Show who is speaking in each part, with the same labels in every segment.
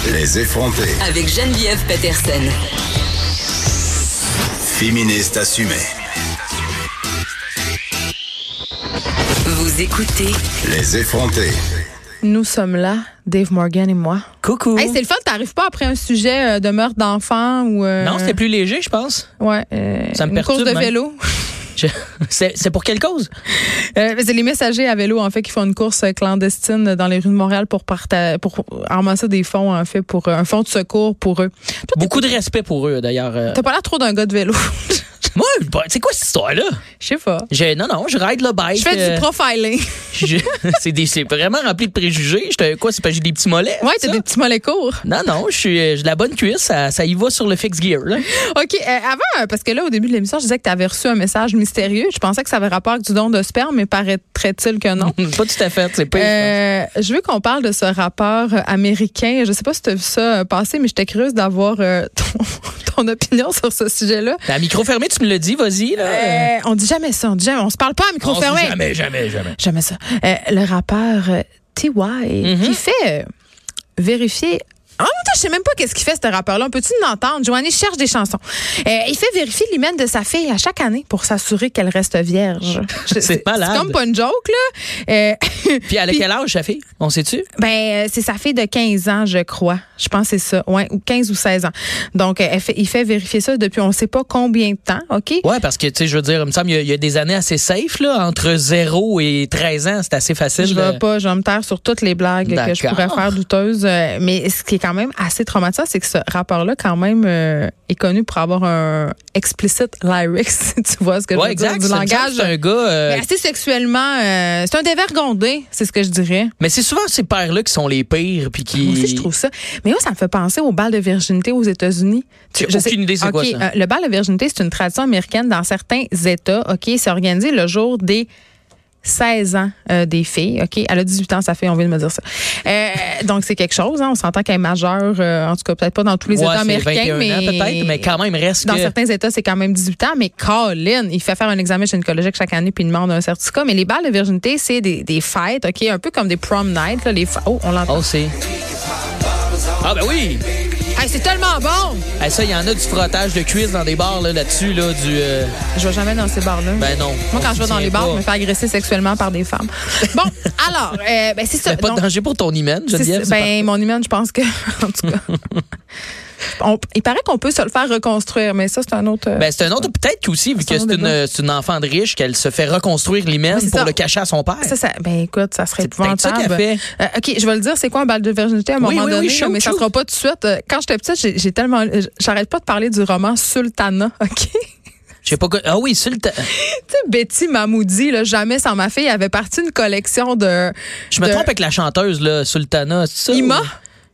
Speaker 1: Les effrontés.
Speaker 2: Avec Geneviève Peterson.
Speaker 1: Féministe assumée.
Speaker 2: Vous écoutez
Speaker 1: Les effrontés.
Speaker 3: Nous sommes là, Dave Morgan et moi.
Speaker 4: Coucou.
Speaker 3: Hey, c'est le fun, t'arrives pas après un sujet de meurtre d'enfant ou...
Speaker 4: Non, c'était plus léger, je pense.
Speaker 3: Ouais.
Speaker 4: Ça me
Speaker 3: une course
Speaker 4: perturbe,
Speaker 3: de
Speaker 4: même.
Speaker 3: vélo.
Speaker 4: C'est pour quelle cause?
Speaker 3: C'est les messagers à vélo, en fait, qui font une course clandestine dans les rues de Montréal pour ramasser des fonds, en fait, pour un fonds de secours pour eux. Toi,
Speaker 4: Beaucoup de respect pour eux, d'ailleurs.
Speaker 3: T'as pas l'air trop d'un gars de vélo.
Speaker 4: Moi, c'est quoi cette histoire-là?
Speaker 3: Je sais pas.
Speaker 4: Non, je ride le bike.
Speaker 3: Je fais du profiling.
Speaker 4: C'est vraiment rempli de préjugés. Quoi, c'est parce que j'ai des petits mollets?
Speaker 3: Ouais,
Speaker 4: ça?
Speaker 3: t'as des petits mollets courts.
Speaker 4: Non, j'ai de la bonne cuisse. Ça y va sur le fix gear, là.
Speaker 3: OK. Avant, parce que là, au début de l'émission, je disais que t'avais reçu un message mystérieux. Je pensais que ça avait rapport avec du don de sperme, mais paraîtrait-il que non.
Speaker 4: Pas tout à fait. C'est pas
Speaker 3: je veux qu'on parle de ce rappeur américain. Je sais pas si tu as vu ça passer, mais j'étais curieuse d'avoir ton opinion sur ce sujet-là.
Speaker 4: À micro fermé, tu me l'as dit, vas-y. Là.
Speaker 3: On dit jamais ça. On se parle pas à micro fermé.
Speaker 4: Jamais.
Speaker 3: Jamais ça. Le rappeur T.Y. qui fait vérifier... En même temps, je sais même pas qu'est-ce qu'il fait, ce rappeur-là. Peut-tu l'entendre? Joanie cherche des chansons. Il fait vérifier l'hymen de sa fille à chaque année pour s'assurer qu'elle reste vierge.
Speaker 4: C'est malade.
Speaker 3: C'est comme pas une joke, là.
Speaker 4: Puis elle a quel âge, sa fille? On sait-tu?
Speaker 3: C'est sa fille de 15 ans, je crois. Je pense que c'est ça. Ouais, ou 15 ou 16 ans. Donc, il fait vérifier ça depuis on sait pas combien de temps, OK?
Speaker 4: Ouais, parce que, tu sais, je veux dire, il me semble il y a des années assez safe, là. Entre 0 et 13 ans, c'est assez facile.
Speaker 3: Je vais me taire sur toutes les blagues que je pourrais faire douteuses. Mais ce qui est quand même assez traumatisant, c'est que ce rappeur-là, quand même, est connu pour avoir un explicit lyrics, tu vois ce que je veux dire, du langage.
Speaker 4: C'est un gars...
Speaker 3: assez sexuellement... c'est un dévergondé, c'est ce que je dirais.
Speaker 4: Mais c'est souvent ces pères-là qui sont les pires, puis qui...
Speaker 3: Moi aussi, je trouve ça. Mais moi, ça me fait penser au bal de virginité aux États-Unis.
Speaker 4: J'ai aucune idée c'est quoi ça.
Speaker 3: Le bal de virginité, c'est une tradition américaine dans certains États. OK, c'est organisé le jour des 16 ans des filles. OK, elle a 18 ans, sa fille, on vient de me dire ça. Donc, c'est quelque chose. Hein, on s'entend qu'elle est majeure, en tout cas, peut-être pas dans tous les États américains.
Speaker 4: 21 ans, peut-être, mais quand même, reste
Speaker 3: dans certains États, c'est quand même 18 ans. Mais Colin, il fait faire un examen gynécologique chaque année puis il demande un certificat. Mais les balles de virginité, c'est des fêtes, OK, un peu comme des prom nights. Là, on l'entend.
Speaker 4: Oh, c'est... Ah, ben oui!
Speaker 3: Hey, c'est tellement bon!
Speaker 4: Hey, ça, il y en a du frottage de cuisses dans des bars là-dessus, là, du...
Speaker 3: Je vais jamais dans ces bars-là.
Speaker 4: Ben non.
Speaker 3: Moi, quand je vais dans les bars, je me fais agresser sexuellement par des femmes. Bon, alors, c'est ça.
Speaker 4: Pas de danger pour ton hymen, Geneviève?
Speaker 3: Mon hymen, je pense que... En tout cas... il paraît qu'on peut se le faire reconstruire, mais ça, c'est un autre...
Speaker 4: c'est un autre, peut-être qu'aussi, vu que c'est une enfant de riche, qu'elle se fait reconstruire l'hymen pour le cacher à son père.
Speaker 3: Écoute, ça serait épouvantable.
Speaker 4: C'est ça qu'elle fait.
Speaker 3: OK, je vais le dire, c'est quoi un bal de virginité à un moment donné, mais ça sera pas tout de suite. Quand j'étais petite, j'ai tellement... J'arrête pas de parler du roman Sultana, OK?
Speaker 4: Je sais pas quoi. Ah oui, Sultana.
Speaker 3: Tu sais, Betty Mahmoudi, là, jamais sans ma fille, avait parti une collection de...
Speaker 4: Je me trompe avec la chanteuse, là, Sultana. C'est ça?
Speaker 3: Ima?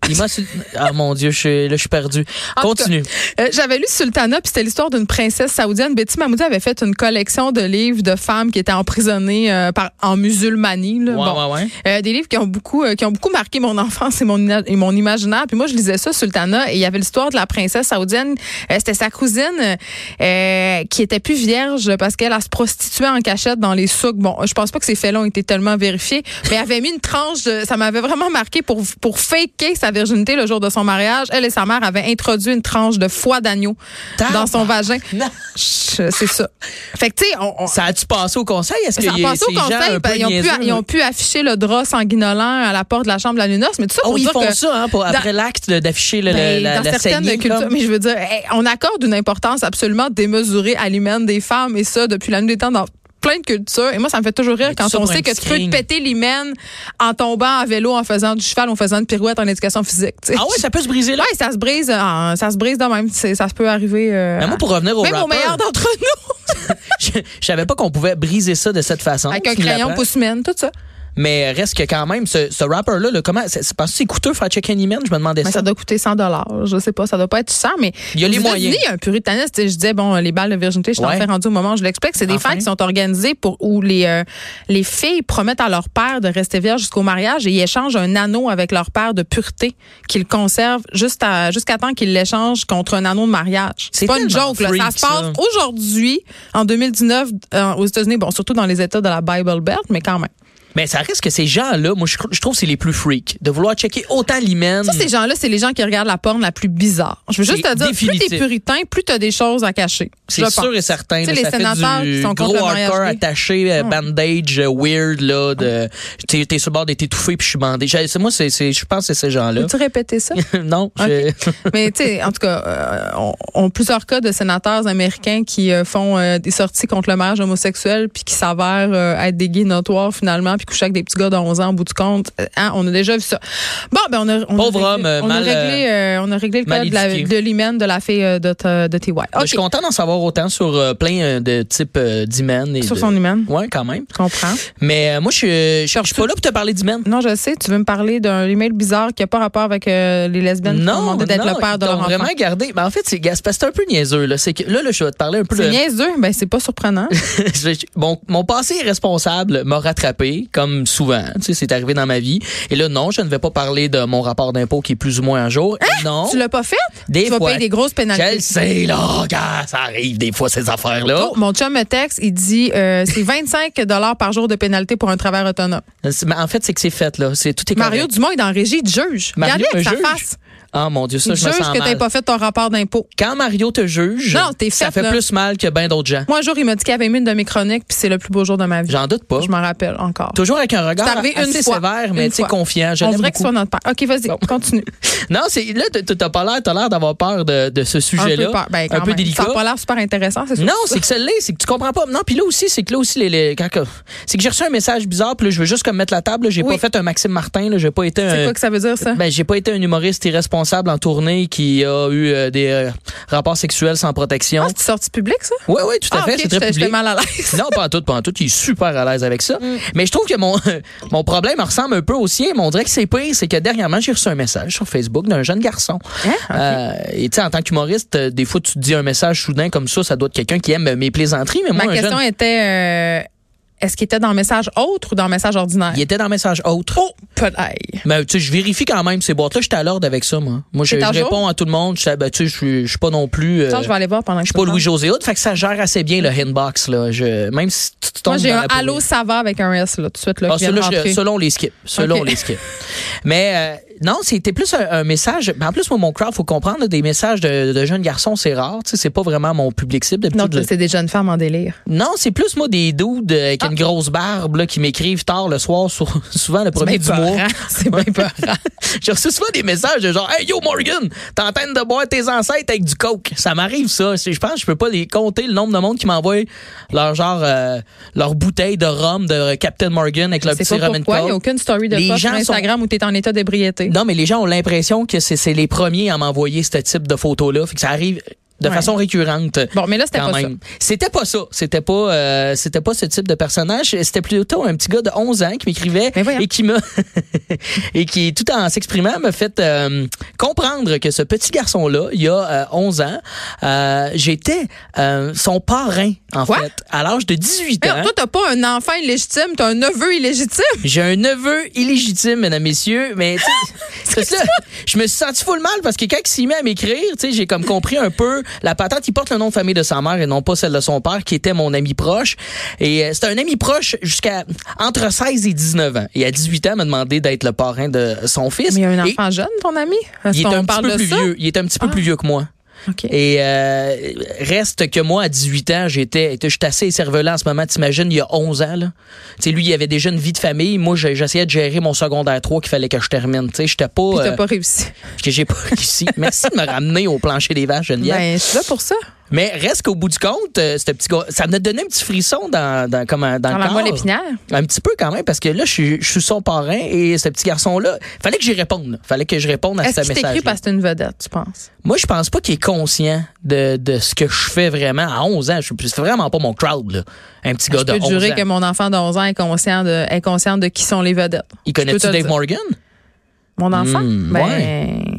Speaker 4: Ah mon Dieu, je suis perdu. Continue.
Speaker 3: J'avais lu Sultana, puis c'était l'histoire d'une princesse saoudienne. Betty Mahmoudi avait fait une collection de livres de femmes qui étaient emprisonnées en musulmanie. Là.
Speaker 4: Ouais.
Speaker 3: Des livres qui ont beaucoup marqué mon enfance et mon imaginaire. Puis moi, je lisais ça, Sultana, et il y avait l'histoire de la princesse saoudienne. C'était sa cousine qui était plus vierge parce qu'elle se prostituait en cachette dans les souks. Bon, je pense pas que ces faits-là ont été tellement vérifiés, mais elle avait mis une tranche ça m'avait vraiment marqué pour faker sa virginité le jour de son mariage. Elle et sa mère avaient introduit une tranche de foie d'agneau dans son vagin. C'est ça. Fait que, tu sais,
Speaker 4: ça a-tu passé au conseil? Est-ce
Speaker 3: ça a passé au conseil. Ils ont pu afficher le drap sanguinolant à la porte de la chambre de la noce, mais tout ça pour
Speaker 4: dire
Speaker 3: ils font
Speaker 4: ça, hein, après l'acte d'afficher la
Speaker 3: certaines
Speaker 4: saignée,
Speaker 3: cultures. Mais je veux dire, on accorde une importance absolument démesurée à l'hymen des femmes, et ça, depuis la nuit des temps, dans plein de cultures. Et moi, ça me fait toujours rire quand on sait que tu peux te péter l'hymen en tombant à vélo, en faisant du cheval, en faisant une pirouette en éducation physique. T'sais.
Speaker 4: Ah oui, ça peut se briser là?
Speaker 3: Oui, ça se brise de même. Ça peut arriver...
Speaker 4: Mais moi, pour revenir au
Speaker 3: même
Speaker 4: rapper,
Speaker 3: au meilleur d'entre nous.
Speaker 4: Je savais pas qu'on pouvait briser ça de cette façon.
Speaker 3: Avec un crayon pouce-mine, tout ça.
Speaker 4: Mais reste que quand même, ce rapper-là, comment, c'est parce que c'est coûteux faire check an hymen, je me demandais ça.
Speaker 3: Ça doit coûter $100. Je sais pas, ça doit pas être 100, mais
Speaker 4: il y a les moyens.
Speaker 3: Il y a un puritanisme. Je disais, bon, les balles de virginité, je t'en fais rendu au moment où je l'explique. C'est des fêtes qui sont organisées où les filles promettent à leur père de rester vierge jusqu'au mariage et ils échangent un anneau avec leur père de pureté qu'ils conservent jusqu'à temps qu'ils l'échangent contre un anneau de mariage. C'est pas une joke, là. Ça se passe aujourd'hui, en 2019, aux États-Unis, bon, surtout dans les États de la Bible Belt, mais quand même.
Speaker 4: Mais ça reste que ces gens-là, moi, je trouve que c'est les plus freaks. De vouloir checker autant l'hymen.
Speaker 3: Ça, ces gens-là, c'est les gens qui regardent la porn la plus bizarre. Je veux juste te dire,
Speaker 4: définitif.
Speaker 3: plus t'es puritain, plus t'as des choses à cacher.
Speaker 4: C'est sûr et certain.
Speaker 3: Tu sais,
Speaker 4: Là,
Speaker 3: les
Speaker 4: ça
Speaker 3: sénateurs
Speaker 4: fait
Speaker 3: qui
Speaker 4: du
Speaker 3: sont contre
Speaker 4: gros
Speaker 3: le mariage
Speaker 4: hardcore
Speaker 3: gay.
Speaker 4: attaché, bandage weird, là, t'es sur le bord d'être étouffé puis je suis bandé. Moi, je pense que c'est ces gens-là.
Speaker 3: Peux-tu répéter ça?
Speaker 4: Non.
Speaker 3: Okay. Mais tu sais, en tout cas, on plusieurs cas de sénateurs américains qui font des sorties contre le mariage homosexuel puis qui s'avèrent être des gays notoires finalement puis coucher avec des petits gars de 11 ans au bout du compte. On a déjà vu ça. Bon, ben
Speaker 4: Pauvre homme,
Speaker 3: on a réglé le cas de l'hymen de la fille de T.Y. Okay.
Speaker 4: Je suis content d'en savoir autant sur plein de types d'hymen.
Speaker 3: Sur son hymen.
Speaker 4: Oui, quand même.
Speaker 3: Je comprends.
Speaker 4: Mais moi, je suis pas là pour te parler d'hymen.
Speaker 3: Non, je sais. Tu veux me parler d'un email bizarre qui n'a pas rapport avec les lesbiennes qui ont demandé d'être le père de leur enfant.
Speaker 4: Vraiment gardé. Ben, en fait, c'est un peu niaiseux. Là. C'est que, là, je vais te parler un peu
Speaker 3: C'est niaiseux? Ben, c'est pas surprenant.
Speaker 4: Mon passé irresponsable m'a rattrapé, comme souvent. Tu sais, c'est arrivé dans ma vie. Et là, non, je ne vais pas parler de mon rapport d'impôt qui est plus ou moins un jour.
Speaker 3: Hein?
Speaker 4: Non.
Speaker 3: Tu l'as pas fait?
Speaker 4: Des
Speaker 3: tu
Speaker 4: fois.
Speaker 3: vas payer des grosses pénalités.
Speaker 4: Je le sais, là. Ça arrive des fois, ces affaires-là.
Speaker 3: Oh, mon chum me texte, il dit c'est 25 $ par jour de pénalité pour un travail autonome.
Speaker 4: En fait, c'est que c'est fait, là. Tout est
Speaker 3: Mario
Speaker 4: correct.
Speaker 3: Dumont est dans la régie de juge. Regardez avec sa face.
Speaker 4: Ah, mon Dieu, ça,
Speaker 3: il
Speaker 4: je me
Speaker 3: juge
Speaker 4: sens
Speaker 3: que
Speaker 4: mal.
Speaker 3: t'as pas fait ton rapport d'impôt.
Speaker 4: Quand Mario te juge,
Speaker 3: non, t'es
Speaker 4: ça fait
Speaker 3: là.
Speaker 4: plus mal que bien d'autres gens.
Speaker 3: Moi, un jour, il m'a dit qu'il avait mis une de mes chroniques, puis c'est le plus beau jour de ma vie.
Speaker 4: J'en doute pas.
Speaker 3: Je m'en rappelle encore.
Speaker 4: Toujours avec un regard assez
Speaker 3: fois.
Speaker 4: sévère, mais tu sais, confiant. Je
Speaker 3: On
Speaker 4: l'aime
Speaker 3: dirait que
Speaker 4: beaucoup.
Speaker 3: ce soit notre père. OK, vas-y, continue.
Speaker 4: Non, là, t'as l'air d'avoir peur de ce sujet-là.
Speaker 3: Un peu
Speaker 4: délicat.
Speaker 3: Ça n'a pas l'air super intéressant, c'est sûr.
Speaker 4: Non, c'est que celle-là, c'est que tu comprends pas. Non, puis là aussi, c'est que c'est que j'ai reçu un message bizarre, puis là, je veux juste comme mettre la table. Là, j'ai pas fait un Maxime Martin. Là, j'ai pas été
Speaker 3: C'est quoi que ça veut dire, ça?
Speaker 4: Ben, j'ai pas été un humoriste irresponsable en tournée qui a eu des rapports sexuels sans protection.
Speaker 3: Ah, c'est sorti public, ça?
Speaker 4: Oui, tout à fait.
Speaker 3: Okay,
Speaker 4: c'est très public.
Speaker 3: J'étais mal à l'aise.
Speaker 4: Non, pas en tout. Il est super à l'aise avec ça. Mais je trouve que mon problème ressemble un peu au sien, mais on dirait que c'est pire. C'est que dernièrement, j'ai reçu un message sur Facebook d'un jeune garçon. Et tu sais, en tant qu'humoriste, des fois, tu te dis un message soudain comme ça doit être quelqu'un qui aime mes plaisanteries. Mais moi,
Speaker 3: ma question était... Est-ce qu'il était dans le message autre ou dans le message ordinaire?
Speaker 4: Il était dans le message autre.
Speaker 3: Oh, peut-être.
Speaker 4: Mais tu sais, je vérifie quand même ces boîtes-là. J'étais à l'ordre avec ça, moi. Moi, je réponds à tout le monde. Je suis pas non plus.
Speaker 3: Attends, je vais aller voir pendant que
Speaker 4: je suis pas Louis-José Hood. Fait que ça gère assez bien le inbox, là. Même si tu tombes.
Speaker 3: Moi, j'ai un Allô, ça va avec un S, là, tout de suite, là.
Speaker 4: Selon les skips. Les skips. Mais, non, c'était plus un message. En plus, moi, mon crowd, faut comprendre, là, des messages de jeunes garçons, c'est rare. Tu sais, c'est pas vraiment mon public cible.
Speaker 3: Non, c'est des jeunes femmes en délire.
Speaker 4: Non, c'est plus, moi, des dudes avec une grosse barbe, là, qui m'écrivent tard le soir, souvent le premier du mois.
Speaker 3: C'est bien peurant.
Speaker 4: J'ai reçu souvent des messages de genre, hey, yo, Morgan, t'es en train de boire tes ancêtres avec du coke. Ça m'arrive, ça. Je pense que je peux pas les compter le nombre de monde qui m'envoie leur bouteille de rhum de Captain Morgan avec leur petit rum and coke.
Speaker 3: Il n'y a aucune story de toi sur Instagram où t'es en état d'ébriété.
Speaker 4: Non, mais les gens ont l'impression que c'est les premiers à m'envoyer ce type de photos-là. Fait que ça arrive de façon récurrente.
Speaker 3: Bon, mais là, c'était pas ça.
Speaker 4: C'était pas ça. C'était pas ce type de personnage. C'était plutôt un petit gars de 11 ans qui m'écrivait et qui m'a et qui, tout en s'exprimant, m'a fait comprendre que ce petit garçon-là, il y a 11 ans, j'étais son parrain, en fait, à l'âge de 18 ans.
Speaker 3: Toi, t'as pas un enfant illégitime, t'as un neveu illégitime.
Speaker 4: J'ai un neveu illégitime, mesdames, messieurs, mais tu sais, je me suis senti full mal parce que quand il s'est mis à m'écrire, tu sais, j'ai comme compris un peu la patente. Il porte le nom de famille de sa mère et non pas celle de son père, qui était mon ami proche. Et c'était un ami proche jusqu'à entre 16 et 19 ans. Et à 18 ans, il m'a demandé d'être le parrain de son fils.
Speaker 3: Mais il y a un enfant jeune, ton ami?
Speaker 4: Il est un petit peu plus vieux. Il est un petit peu plus vieux que moi.
Speaker 3: Okay.
Speaker 4: Et reste que moi, à 18 ans, j'étais assez cervelant en ce moment. T'imagines, il y a 11 ans, là. T'sais, lui, il avait déjà une vie de famille. Moi, j'essayais de gérer mon secondaire 3 qu'il fallait que je termine. T'sais, j'étais pas...
Speaker 3: Puis t'as pas réussi.
Speaker 4: Que j'ai pas réussi. Merci de me ramener au plancher des vaches, Geneviève.
Speaker 3: Ben, je suis là pour ça.
Speaker 4: Mais reste qu'au bout du compte, ce petit gars, ça me donnait un petit frisson dans le corps.
Speaker 3: Dans la moelle épinière?
Speaker 4: Un petit peu quand même, parce que là, je suis son parrain et ce petit garçon-là, fallait que j'y réponde. Là. Fallait que je réponde à ce message.
Speaker 3: Est-ce qu'il t'écrit parce que c'est une vedette, tu penses?
Speaker 4: Moi, je pense pas qu'il est conscient de ce que je fais vraiment. À 11 ans, c'est vraiment pas mon crowd, là. Un petit gars de 11 ans.
Speaker 3: Je peux te jurer que mon enfant de 11 ans est conscient de qui sont les vedettes.
Speaker 4: Il connaît-tu Dave Morgan?
Speaker 3: Mon enfant?
Speaker 4: Ouais.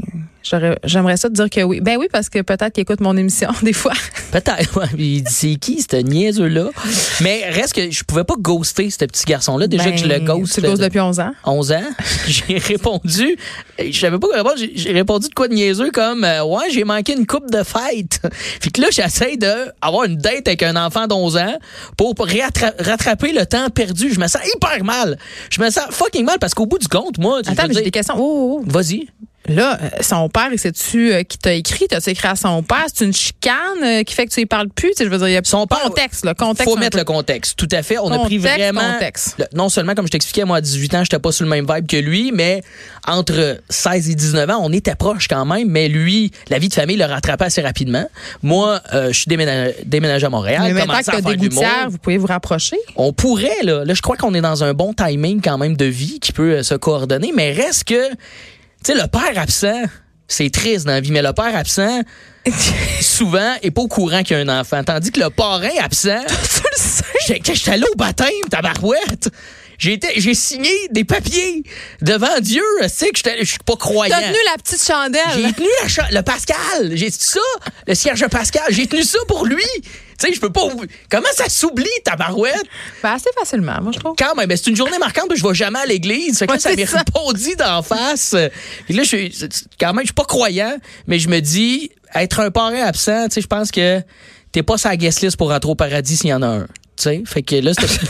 Speaker 3: J'aimerais ça te dire que oui. Ben oui, parce que peut-être qu'il écoute mon émission des fois.
Speaker 4: Peut-être, ouais. Il dit, c'est qui, ce niaiseux-là? Mais reste que je pouvais pas ghoster ce petit garçon-là. Déjà que je le ghost.
Speaker 3: Tu le ghostes depuis 11 ans.
Speaker 4: 11 ans. J'ai répondu, je savais pas quoi répondre, j'ai répondu de quoi de niaiseux comme, ouais, j'ai manqué une coupe de fête. Fait que là, j'essaie d'avoir une date avec un enfant d'11 ans pour rattraper le temps perdu. Je me sens hyper mal. Je me sens fucking mal parce qu'au bout du compte, moi...
Speaker 3: Attends, mais j'ai des questions. Oh.
Speaker 4: Vas-y.
Speaker 3: Là, son père, sais-tu qui t'a écrit? T'as-tu écrit à son père? C'est une chicane qui fait que tu y parles plus? Je veux dire, il y a
Speaker 4: son père,
Speaker 3: contexte. Faut
Speaker 4: mettre le contexte. Tout à fait. On a pris vraiment... non seulement, comme je t'expliquais, moi, à 18 ans, j'étais pas sur le même vibe que lui, mais entre 16 et 19 ans, on était proches quand même. Mais lui, la vie de famille le rattrapait assez rapidement. Moi, je suis déménagé à Montréal.
Speaker 3: Mais maintenant que t'as des gouttières, vous pouvez vous rapprocher?
Speaker 4: On pourrait, là. Là, je crois qu'on est dans un bon timing quand même de vie qui peut se coordonner. Mais reste que... Tu sais, le père absent, c'est triste dans la vie, mais le père absent, souvent, est pas au courant qu'il y a un enfant. Tandis que le parrain absent,
Speaker 3: tu le sais.
Speaker 4: J'étais allé au baptême, tabarouette. J'ai signé des papiers devant Dieu. Tu sais que je suis pas croyant.
Speaker 3: T'as tenu la petite chandelle.
Speaker 4: J'ai tenu le Pascal. J'ai tenu ça, le cierge Pascal. J'ai tenu ça pour lui. Tu sais, je peux pas... Comment ça s'oublie, tabarouette?
Speaker 3: Ben, assez facilement, moi, je trouve.
Speaker 4: Quand même, c'est une journée marquante, je vais jamais à l'église. Fait que là, ça m'est répondu d'en face. Puis là, je suis pas croyant, mais je me dis, être un parrain absent, tu sais, je pense que t'es pas sa guest list pour rentrer au paradis s'il y en a un. Tu sais, fait que là, c'était...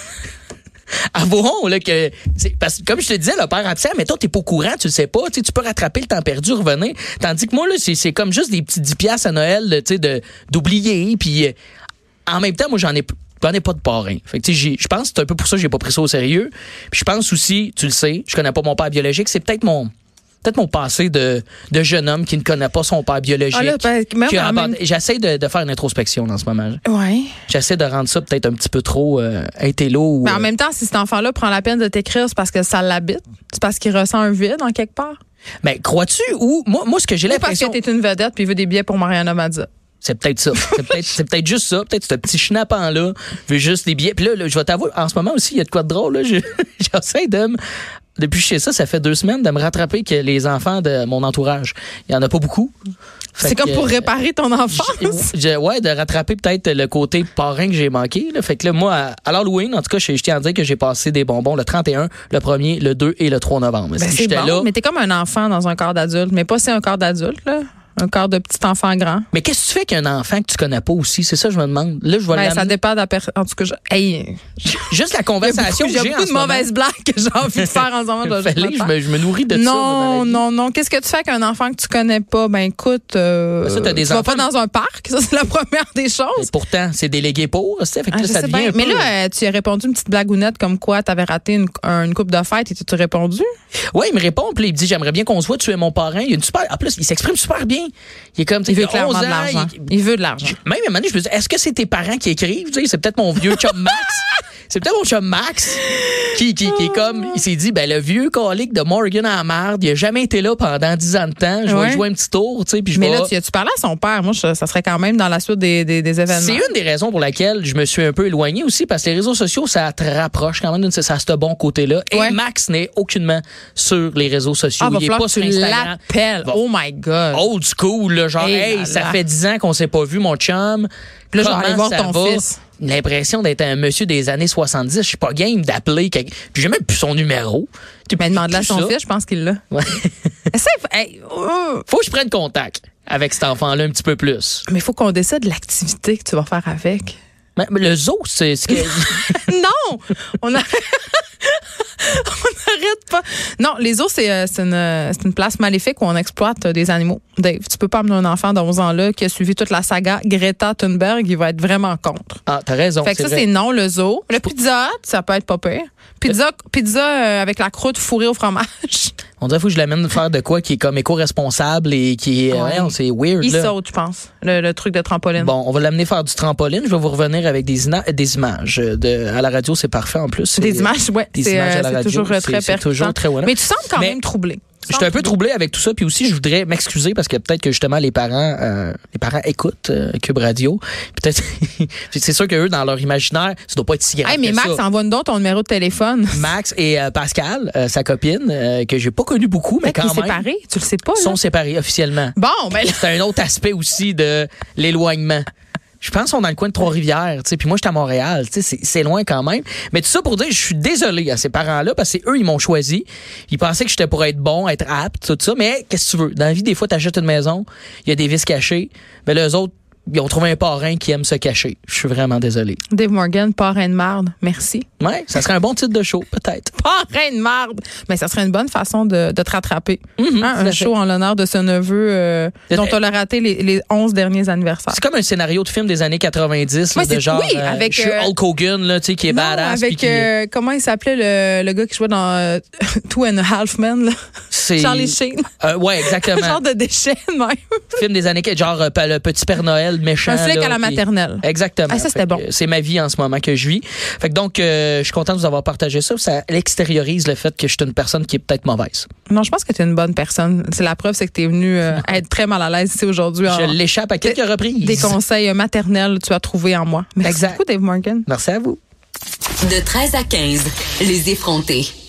Speaker 4: Avouons là que parce que comme je te disais, le père absent, mais toi t'es pas au courant, tu le sais pas, tu peux rattraper le temps perdu, revenir, tandis que moi là c'est comme juste des petits 10 piastres à Noël, tu sais, d'oublier, puis en même temps moi j'en ai pas de parrain. Fait que je pense que c'est un peu pour ça que j'ai pas pris ça au sérieux. Puis je pense aussi, tu le sais, je connais pas mon père biologique, c'est peut-être mon passé de jeune homme qui ne connaît pas son père biologique. J'essaie de faire une introspection dans ce moment.
Speaker 3: Ouais.
Speaker 4: J'essaie de rendre ça peut-être un petit peu trop intello.
Speaker 3: Mais en même temps, si cet enfant-là prend la peine de t'écrire, c'est parce que ça l'habite. C'est parce qu'il ressent un vide en quelque part.
Speaker 4: Mais crois-tu ou moi ce que j'ai l'impression...
Speaker 3: Parce que t'es une vedette puis il veut des billets pour Mariana Mazza.
Speaker 4: C'est peut-être ça. C'est peut-être juste ça. Peut-être ce petit schnappant-là veut juste des billets. Puis là, je vais t'avouer, en ce moment aussi, il y a de quoi de drôle. Là. J'essaie depuis que je sais ça fait 2 semaines, de me rattraper que les enfants de mon entourage, il y en a pas beaucoup.
Speaker 3: C'est comme pour réparer ton enfance.
Speaker 4: Ouais, de rattraper peut-être le côté parrain que j'ai manqué. Là. Fait que là, moi, à l'Halloween, en tout cas, je tiens à dire que j'ai passé des bonbons le 31, le 1er, le 2 et le 3 novembre.
Speaker 3: Ben, c'est bon, là, mais t'es comme un enfant dans un corps d'adulte, mais pas si un corps d'adulte, là. Un corps de petit enfant grand.
Speaker 4: Mais qu'est-ce que tu fais qu'un enfant que tu connais pas aussi? C'est ça que je me demande. Là, je vais
Speaker 3: ça dépend de la personne. En tout cas,
Speaker 4: juste la conversation que j'ai en ce moment.
Speaker 3: Il y a beaucoup de mauvaises blagues que j'ai envie de faire en ce moment.
Speaker 4: Je me nourris de ça.
Speaker 3: Non. Qu'est-ce que tu fais qu'un enfant que tu connais pas? Ben écoute, tu vas pas dans un parc. Ça, c'est la première des choses.
Speaker 4: Et pourtant, c'est délégué pour. Fait que là, ça devient
Speaker 3: mais là, tu as répondu une petite blagounette comme quoi tu avais raté une coupe de fête et tu t'es répondu?
Speaker 4: Oui, il me répond. Puis il me dit, j'aimerais bien qu'on se voit. Tu es mon parrain. En plus, il s'exprime super bien. Il est comme,
Speaker 3: il veut clairement de l'argent. Il veut de l'argent.
Speaker 4: Même à un moment donné, je me dis, est-ce que c'est tes parents qui écrivent? Tu sais, c'est peut-être mon vieux chum Max. C'est peut-être mon chum Max qui est comme, il s'est dit, ben le vieux colique de Morgan à la marde, il a jamais été là pendant 10 ans de temps. Je vais jouer un petit tour, tu sais, puis
Speaker 3: Mais là, tu parlais à son père. Moi, ça serait quand même dans la suite des événements.
Speaker 4: C'est une des raisons pour laquelle je me suis un peu éloigné aussi, parce que les réseaux sociaux, ça te rapproche quand même, ça a ce bon côté-là. Et Max n'est aucunement sur les réseaux sociaux.
Speaker 3: Il est pas sur Instagram. Oh my God.
Speaker 4: Old school, là, genre, ça fait 10 ans qu'on s'est pas vu, mon chum.
Speaker 3: Puis là, je vais aller voir ton fils.
Speaker 4: L'impression d'être un monsieur des années 70. Je suis pas game d'appeler quelqu'un. Puis j'ai même plus son numéro.
Speaker 3: Mais demande-le à son fils, je pense qu'il l'a.
Speaker 4: Ouais. Faut que je prenne contact avec cet enfant-là un petit peu plus.
Speaker 3: Mais il faut qu'on décide de l'activité que tu vas faire avec.
Speaker 4: Mais le zoo, c'est ce que...
Speaker 3: Non! On n'arrête pas. Non, les zoos, c'est une place maléfique où on exploite des animaux. Dave, tu peux pas amener un enfant de 11 ans là qui a suivi toute la saga Greta Thunberg, il va être vraiment contre.
Speaker 4: Ah, t'as raison.
Speaker 3: Fait que ça, c'est non, le zoo. Le Pizza Hut, ça peut être pas pire. Pizza avec la croûte fourrée au fromage.
Speaker 4: On dirait qu'il faut que je l'amène faire de quoi qui est comme éco-responsable et qui est... c'est weird.
Speaker 3: Il saute, je pense. Le truc de trampoline.
Speaker 4: Bon, on va l'amener faire du trampoline. Je vais vous revenir avec des images. À la radio, c'est parfait en plus.
Speaker 3: Des images, ouais.
Speaker 4: Des images à la radio.
Speaker 3: C'est toujours très pertinent.
Speaker 4: Toujours très
Speaker 3: Mais tu sembles quand même troublé.
Speaker 4: J'étais un peu troublé avec tout ça, puis aussi je voudrais m'excuser parce que peut-être que justement les parents écoutent Cube Radio. Peut-être c'est sûr que eux dans leur imaginaire, ça doit pas être si grave.
Speaker 3: Hey, mais
Speaker 4: que
Speaker 3: Max,
Speaker 4: ça.
Speaker 3: envoie-nous donc ton numéro de téléphone.
Speaker 4: Max et Pascal, sa copine, que j'ai pas connu beaucoup, mais quand même.
Speaker 3: Séparés, tu le sais pas, là.
Speaker 4: Sont séparés officiellement.
Speaker 3: Bon, ben là.
Speaker 4: C'est un autre aspect aussi de l'éloignement. Je pense qu'on est dans le coin de Trois-Rivières, tu sais, puis moi j'étais à Montréal, tu sais, c'est loin quand même. Mais tout ça pour dire, je suis désolé à ces parents-là parce que eux ils m'ont choisi. Ils pensaient que j'étais pour être bon, être apte, tout ça. Mais qu'est-ce que tu veux? Dans la vie, des fois, t'achètes une maison, il y a des vices cachés. Mais là, eux autres, ils ont trouvé un parrain qui aime se cacher. Je suis vraiment désolé.
Speaker 3: Dave Morgan, parrain de marde. Merci.
Speaker 4: Ouais, ça serait un bon titre de show, peut-être.
Speaker 3: Parrain de marde. Mais ça serait une bonne façon de te rattraper. Un
Speaker 4: fait.
Speaker 3: show en l'honneur de ce neveu dont tu as raté les 11 derniers anniversaires.
Speaker 4: C'est comme un scénario de film des années 90, là,
Speaker 3: Ouais,
Speaker 4: de genre,
Speaker 3: avec
Speaker 4: je suis Hulk Hogan, là, tu sais, qui est
Speaker 3: non,
Speaker 4: badass.
Speaker 3: avec, comment il s'appelait le gars qui jouait dans Two and a Half Men, là?
Speaker 4: C'est
Speaker 3: Charlie Sheen.
Speaker 4: Ouais, exactement.
Speaker 3: Un genre de déchet, même.
Speaker 4: Film des années, genre le petit Père Noël méchant.
Speaker 3: Un flic
Speaker 4: là,
Speaker 3: à la maternelle.
Speaker 4: Exactement.
Speaker 3: Ah, ça, c'était bon.
Speaker 4: C'est ma vie en ce moment que je vis. Fait que donc, je suis content de vous avoir partagé ça. Ça extériorise le fait que je suis une personne qui est peut-être mauvaise.
Speaker 3: Non, je pense que tu es une bonne personne. C'est la preuve, c'est que tu es venu être très mal à l'aise ici aujourd'hui.
Speaker 4: Je l'échappe à quelques reprises.
Speaker 3: Des conseils maternels tu as trouvé en moi. Merci
Speaker 4: exact.
Speaker 3: beaucoup, Dave Morgan.
Speaker 4: Merci à vous.
Speaker 2: De 13 à 15, les effrontés.